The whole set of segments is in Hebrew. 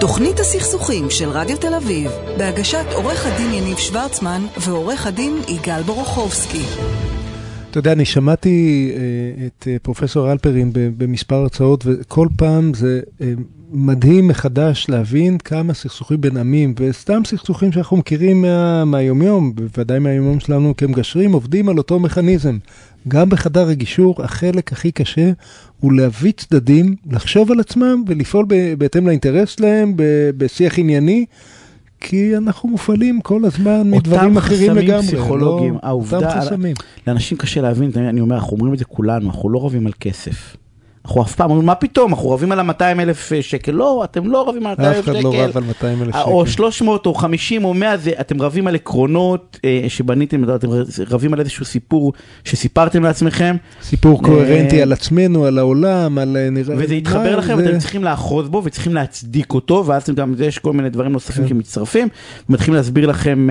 תוכנית הסכסוכים של רדיו תל אביב, בהגשת עורך הדין יניב שוורצמן ועורך הדין יגאל בורוכובסקי. אתה יודע, אני שמעתי את פרופסור אלפרין במספר הרצאות, וכל פעם זה מדהים מחדש להבין כמה סכסוכים בין עמים, וסתם סכסוכים שאנחנו מכירים מהיומיום, בוודאי מהיומיום שלנו כמגשרים, עובדים על אותו מכניזם. גם בחדר הגישור, החלק הכי קשה הוא להביא צדדים, לחשוב על עצמם ולפעול בהתאם לאינטרס שלהם, בשיח ענייני, כי אנחנו מופעלים כל הזמן מדברים אחרים לגמרי. אותם חסמים פסיכולוגיים, העובדה, לאנשים קשה להבין, אני אומר, אנחנו אומרים את זה כולנו, אנחנו לא רבים על כסף. אנחנו אף פעם אומרים, מה פתאום? אנחנו רבים על 200,000 שקל. לא, אתם לא רבים על 200,000 שקל. אף אחד לא רב על 200,000 שקל. או 300 או 50 או 100, אתם רבים על עקרונות שבניתם, אתם רבים על איזשהו סיפור שסיפרתם לעצמכם. סיפור קוהרנטי על עצמנו, על העולם, על... וזה יתחבר לכם, אתם צריכים לאחוז בו וצריכים להצדיק אותו, ואז גם יש כל מיני דברים נוספים שמצטרפים, ומתחילים להסביר לכם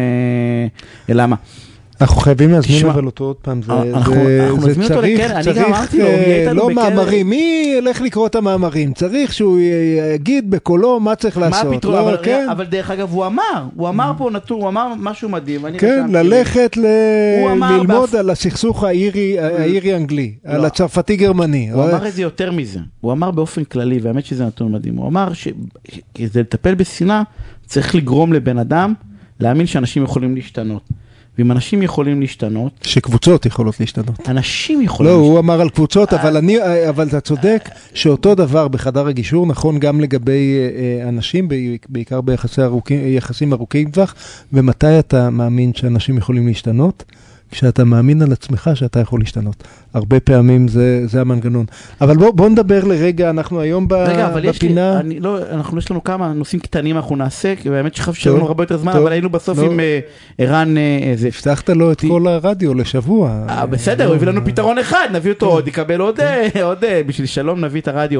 למה. אנחנו חייבים להזמין אבל אותו עוד פעם, זה צריך, לא מאמרים, מי ילך לקרוא את המאמרים? צריך שהוא יגיד בקולו מה צריך לעשות. מה הפתרון? אבל דרך אגב הוא אמר פה נתון, הוא אמר משהו מדהים. כן, ללכת ללמוד על הסכסוך האירי-אנגלי, על הצרפתי-גרמני. הוא אמר את זה יותר מזה, הוא אמר באופן כללי, והאמת שזה נתון מדהים, הוא אמר שכדי לטפל בשנאה, צריך לגרום לבן אדם להאמין שאנשים יכולים להשתנות. ואם אנשים יכולים להשתנות... שקבוצות יכולות להשתנות. אנשים יכולים להשתנות. לא, הוא אמר על קבוצות, אבל אתה צודק שאותו דבר בחדר הגישור נכון גם לגבי אנשים, בעיקר ביחסים ארוכים טווח, ומתי אתה מאמין שאנשים יכולים להשתנות? כשאתה מאמין על עצמך שאתה יכול להשתנות. הרבה פעמים זה המנגנון. אבל בוא נדבר לרגע, אנחנו היום בפינה... יש לנו כמה נושאים קטנים אנחנו נעשה, כי באמת שחשבתי שלנו הרבה יותר זמן, אבל היינו בסוף עם ערן... הבטחת לו את כל הרדיו לשבוע. בסדר, הוא הביא לנו פתרון אחד, נביא אותו עוד, יקבל עוד, בשביל שלום נביא את הרדיו.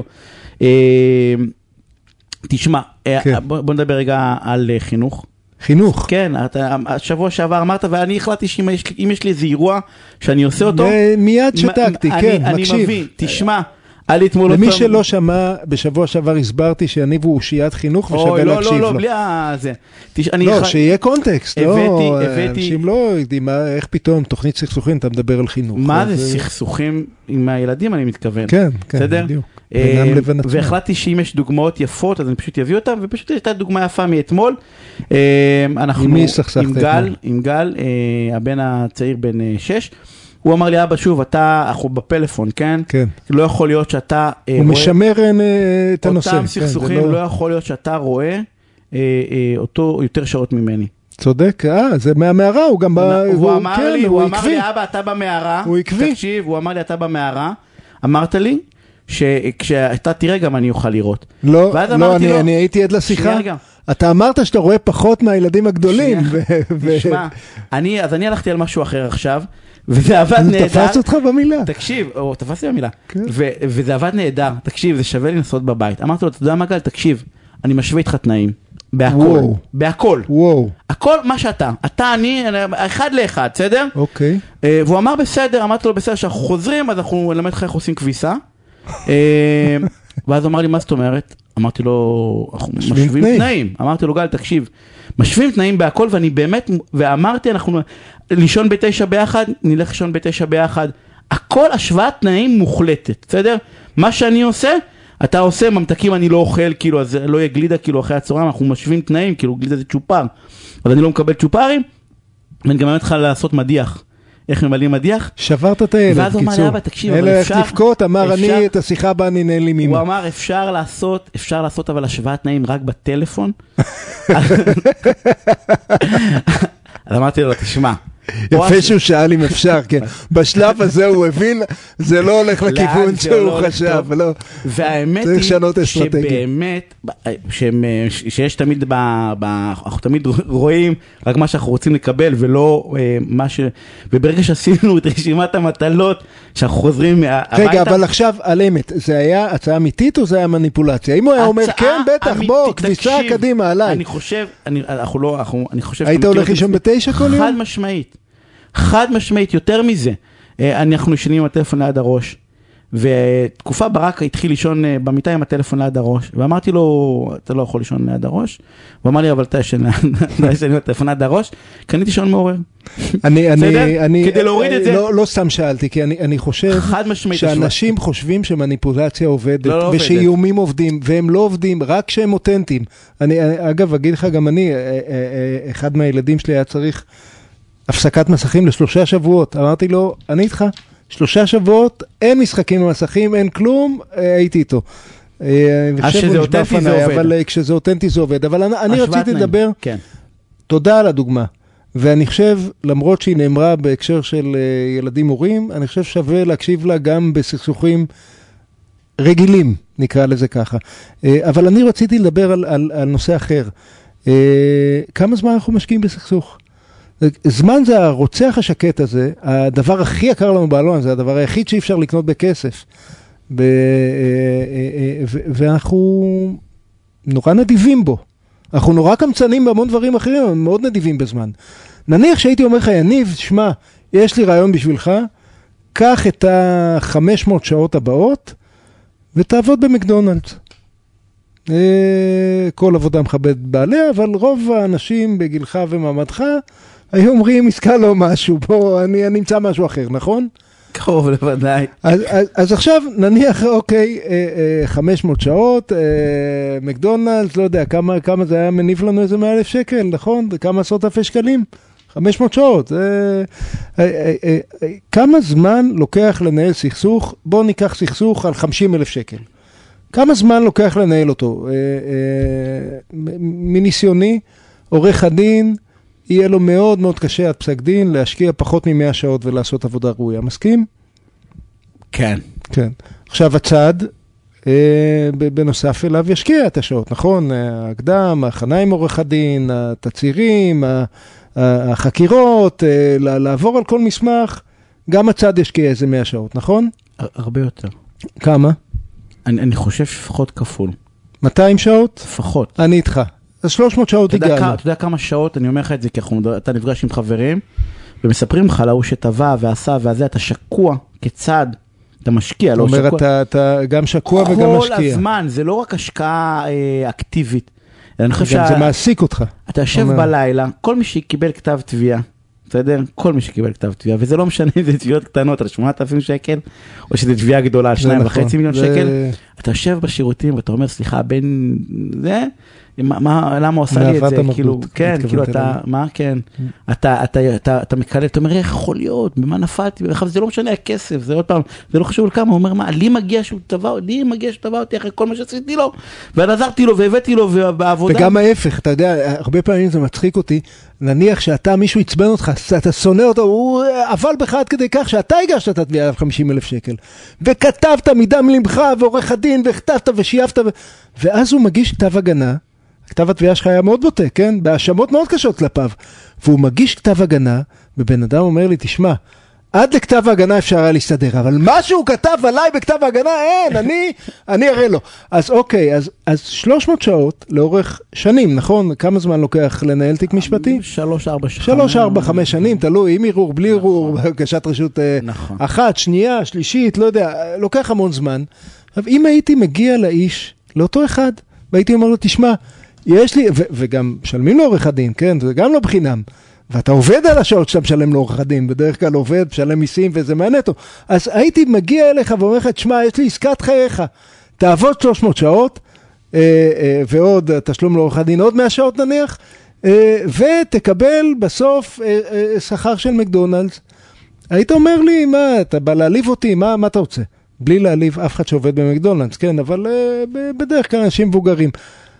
תשמע, בוא נדבר רגע על חינוך. חינוך. כן, השבוע שעבר אמרת, ואני החלטתי שאם יש לי איזה אירוע שאני עושה אותו... מיד שתקתי, כן, מקשיב. אני מבין, תשמע, למי שלא שמע, בשבוע שעבר הסברתי שיניב הוא אושיית חינוך ושווה להקשיב לו. לא, בלי זה. לא, שיהיה קונטקסט. אנשים לא יודעים איך פתאום תוכנית סכסוכים, אתה מדבר על חינוך. מה זה סכסוכים עם הילדים, אני מתכוון. כן, כן, בדיוק. והחלטתי שאם יש דוגמאות יפות, אז אני פשוט אביא אותן, ופשוט הייתה דוגמה יפה מאתמול. עם מי סכסכת אתמול? עם גל, הבן הצעיר בן 6. הוא אמר לי, אבא, שוב, אנחנו בפלאפון, כן? כן. לא יכול להיות שאתה... הוא משמר את הנושא. אותם סכסוכים, לא יכול להיות שאתה רואה אותו יותר שעות ממני. צודק, זה מהמערה, הוא גם... הוא אמר לי, אבא, אתה במערה. הוא עקבי. תקשיב, הוא אמר לי, אתה במערה. אמרת לי, שכשאתה תראה גם אני אוכל לראות. לא, אני הייתי עד לשיחה. אתה אמרת שאתה רואה פחות מהילדים הגדולים. תשמע, אז אני הלכתי על משהו אחר עכשיו, וזה עבד נהדר. תפס אותך במילה. תקשיב, תפסתי במילה. וזה עבד נהדר. תקשיב, זה שווה לי לנסות בבית. אמרתי לו, אתה יודע מה גל? תקשיב, אני משווה איתך תנאים. בהכל. בהכל. הכל מה שאתה. אתה, אני, אחד לאחד, בסדר? אוקיי. והוא אמר בסדר, אמרתי לו בסדר, שאנחנו חוזרים, אז אנחנו נלמד לך איך עושים כביסה. ואז הוא אמר לי, מה זאת אומרת? אמרתי לו, אנחנו משווים תנאים. אמרתי לו, גל, תקשיב, משווים תנאים בהכל, ואני באמת, ואמרתי, אנחנו לישון ב9 ביחד, נלך לישון ב9 ביחד. הכל השוואת תנאים מוחלטת, בסדר? מה שאני עושה, אתה עושה ממתקים, אני לא אוכל, כאילו, אז לא יהיה גלידה, כאילו, אחרי הצהריים, אנחנו משווים תנאים, כאילו, גלידה זה צ'ופר. אז אני לא מקבל צ'ופרים, ואני גם אמרתי לך לעשות מדיח. איך ממלאים מדיח? שברת את הילד, ואז הוא אמר, אבא, תקשיב, אבל אפשר... אלה איך תפקות, אמר, אני את השיחה הבאה ננהל לי מימה. הוא אמר, אפשר לעשות, אבל השוואת תנאים רק בטלפון. אז אמרתי לו, תשמע. יפה שהוא שאל אם אפשר, כן. בשלב הזה הוא הבין, זה לא הולך לכיוון שהוא חשב, לא. והאמת היא שבאמת, שיש תמיד, אנחנו תמיד רואים רק מה שאנחנו רוצים לקבל, ולא מה ש... וברגע שעשינו את רשימת המטלות, שאנחנו חוזרים הביתה... רגע, אבל עכשיו, על אמת, זה היה הצעה אמיתית או זה היה מניפולציה? אם הוא היה אומר, כן, בטח, בוא, כביסה קדימה, עליי. אני חושב, אני חושב... היית הולך לישון ב9 כל יום? חד משמעית. חד משמעית, יותר מזה. אנחנו ישנים עם הטלפון ליד הראש. ותקופה ברק התחיל לישון במיטה עם הטלפון ליד הראש, ואמרתי לו, אתה לא יכול לישון ליד הראש, הוא אמר לי, אבל אתה ישן עם הטלפון ליד הראש, קניתי שעון מעורר. כדי להוריד את זה. לא סתם שאלתי, כי אני חושב שאנשים חושבים שמניפולציה עובדת, ושאיומים עובדים, והם לא עובדים, רק שהם אותנטיים. אגב, אגיד לך, גם אני, אחד מהילדים שלי היה צריך הפסקת מסכים ל3 שבועות. אמרתי לו, אני איתך. 3 שבועות, אין משחקים במסכים, אין כלום, הייתי איתו. כשזה אותנטי זה עובד. אבל כשזה אותנטי זה עובד. אבל אני רציתי לדבר, תודה על הדוגמה. ואני חושב, למרות שהיא נאמרה בהקשר של ילדים הורים, אני חושב שווה להקשיב לה גם בסכסוכים רגילים, נקרא לזה ככה. אבל אני רציתי לדבר על נושא אחר. כמה זמן אנחנו משקיעים בסכסוך? זמן זה הרוצח השקט הזה, הדבר הכי יקר לנו בעולם, זה הדבר היחיד שאי אפשר לקנות בכסף. ואנחנו נורא נדיבים בו. אנחנו נורא קמצנים בהמון דברים אחרים, מאוד נדיבים בזמן. נניח שהייתי אומר לך, יניב, שמע, יש לי רעיון בשבילך, קח את 500 שעות הבאות, ותעבוד במקדונלדס. כל עבודה מכבד בעליה, אבל רוב האנשים בגילך ומעמדך, היו אומרים, עסקה לא משהו, פה אני נמצא משהו אחר, נכון? קרוב לוודאי. אז עכשיו נניח, אוקיי, 500 שעות, מקדונלדס, לא יודע, כמה זה היה מניב לנו איזה 100,000 שקל, נכון? כמה עשרות אלפי שקלים? 500 שעות. כמה זמן לוקח לנהל סכסוך? בוא ניקח סכסוך על 50,000 שקל. כמה זמן לוקח לנהל אותו? מניסיוני, עורך הדין, יהיה לו מאוד מאוד קשה עד פסק דין להשקיע פחות מ100 שעות ולעשות עבודה ראויה. מסכים? כן. כן. עכשיו הצד, בנוסף אליו ישקיע את השעות, נכון? ההקדם, ההכנה עם עורך הדין, התצהירים, החקירות, לעבור על כל מסמך, גם הצד ישקיע איזה 100 שעות, נכון? הרבה יותר. כמה? אני חושב שפחות כפול. 200 שעות? לפחות. אני איתך. אז 300 שעות הגענו. אתה יודע כמה שעות, אני אומר לך את זה, כי אתה נפגש עם חברים, ומספרים לך להוא שטבע ועשה והזה, אתה שקוע כצד, אתה משקיע, לא שקוע. זאת אומרת, אתה גם שקוע וגם משקיע. כל הזמן, זה לא רק השקעה אקטיבית. גם זה מעסיק אותך. אתה יושב בלילה, כל מי שקיבל כתב תביעה, בסדר? כל מי שקיבל כתב תביעה, וזה לא משנה אם זה תביעות קטנות על 8,000 שקל, או שזה תביעה גדולה על 2.5 מיליון שקל, אתה יושב בשירותים ואתה אומר, סליחה, בין זה, למה הוא עשה לי את זה? כאילו, כן, כאילו אתה, מה, כן, אתה מקלב, אתה אומר, איך יכול להיות, במה נפלתי, זה לא משנה הכסף, זה עוד פעם, זה לא חשוב לכמה, הוא אומר, מה, לי מגיע שהוא טבע אותי אחרי כל מה שעשיתי לו, ועזרתי לו והבאתי לו בעבודה. וגם ההפך, אתה יודע, הרבה פעמים זה מצחיק אותי, נניח שאתה, מישהו יצבן אותך, אתה שונא אותו, הוא אבל בך עד כדי כך שאתה הגשת את התביעה עליו 50,000 שקל, וכתבת מדם לבך ועורך הדין, וכתבת ושייפת, ואז הוא מגיש כתב הגנה, כתב התביעה שלך היה מאוד בוטה, כן? בהאשמות מאוד קשות כלפיו. והוא מגיש כתב הגנה, ובן אדם אומר לי, תשמע, עד לכתב ההגנה אפשר היה להסתדר, אבל מה שהוא כתב עליי בכתב ההגנה, אין, אני אראה לו. אז אוקיי, אז 300 שעות לאורך שנים, נכון? כמה זמן לוקח לנהל תיק משפטי? 3-4-5 שנים, תלוי, עם ערעור, בלי ערעור, הגשת רשות אחת, שנייה, שלישית, לא יודע, לוקח המון זמן. אבל אם הייתי מגיע לאיש, לאותו אחד, והייתי אומר לו, תשמע, יש לי, וגם משלמים לעורך הדין, כן? זה גם לא בחינם. ואתה עובד על השעות שאתה משלם לעורך הדין, בדרך כלל עובד, משלם מיסים וזה מענטו. אז הייתי מגיע אליך ואומר לך, תשמע, יש לי עסקת חייך, תעבוד 300 שעות, ועוד תשלום לעורך הדין עוד 100 שעות נניח, ותקבל בסוף שכר של מקדונלדס. היית אומר לי, מה, אתה בא להעליב אותי, מה אתה רוצה? בלי להעליב אף אחד שעובד במקדונלדס, כן, אבל בדרך כלל אנשים מבוגרים.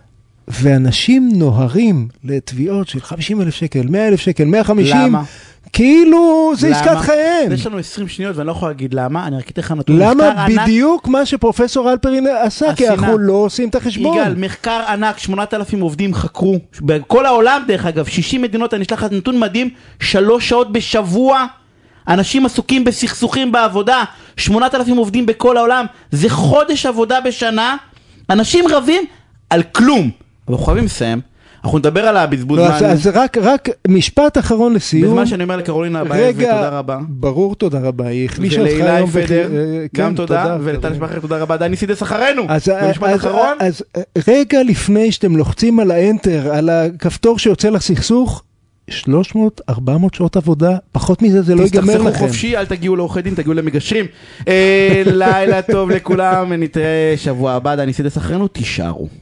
ואנשים נוהרים לתביעות של 50,000 שקל, 100,000 שקל, 150, למה? כאילו זה עסקת חייהם. יש לנו 20 שניות ואני לא יכול להגיד למה, אני רק אתן לך נתון למה בדיוק מה שפרופסור אלפרין עשה, כי אנחנו לא עושים את החשבון. יגאל, מחקר ענק, 8,000 עובדים חקרו, בכל העולם דרך אגב, 60 מדינות, אני אשלח לך נתון מדהים, 3 שעות בשבוע, אנשים עסוקים בסכסוכים בעבודה, 8,000 עובדים בכל העולם, זה חודש עבודה בשנה, אנשים רבים על כלום. אבל אנחנו חייבים לסיים, אנחנו נדבר על הבזבוז זמן. אז רק משפט אחרון לסיום. בזמן שאני אומר לקרולינה הבאה, ותודה רבה. ברור, תודה רבה. היא החלישה אותך ולאילי פדר, גם תודה, ולטל שפחר, תודה רבה. דני סידס אחרינו. במשפט אחרון. אז רגע לפני שאתם לוחצים על האנטר, על הכפתור שיוצא לסכסוך, 300-400 שעות עבודה, פחות מזה זה לא ייגמר לכם. תסתכסכו חופשי, אל תגיעו לעורכי דין, תגיעו למגשרים. לילה טוב לכולם, נתראה שבוע הבא, דני סידס אחרינו, תישארו.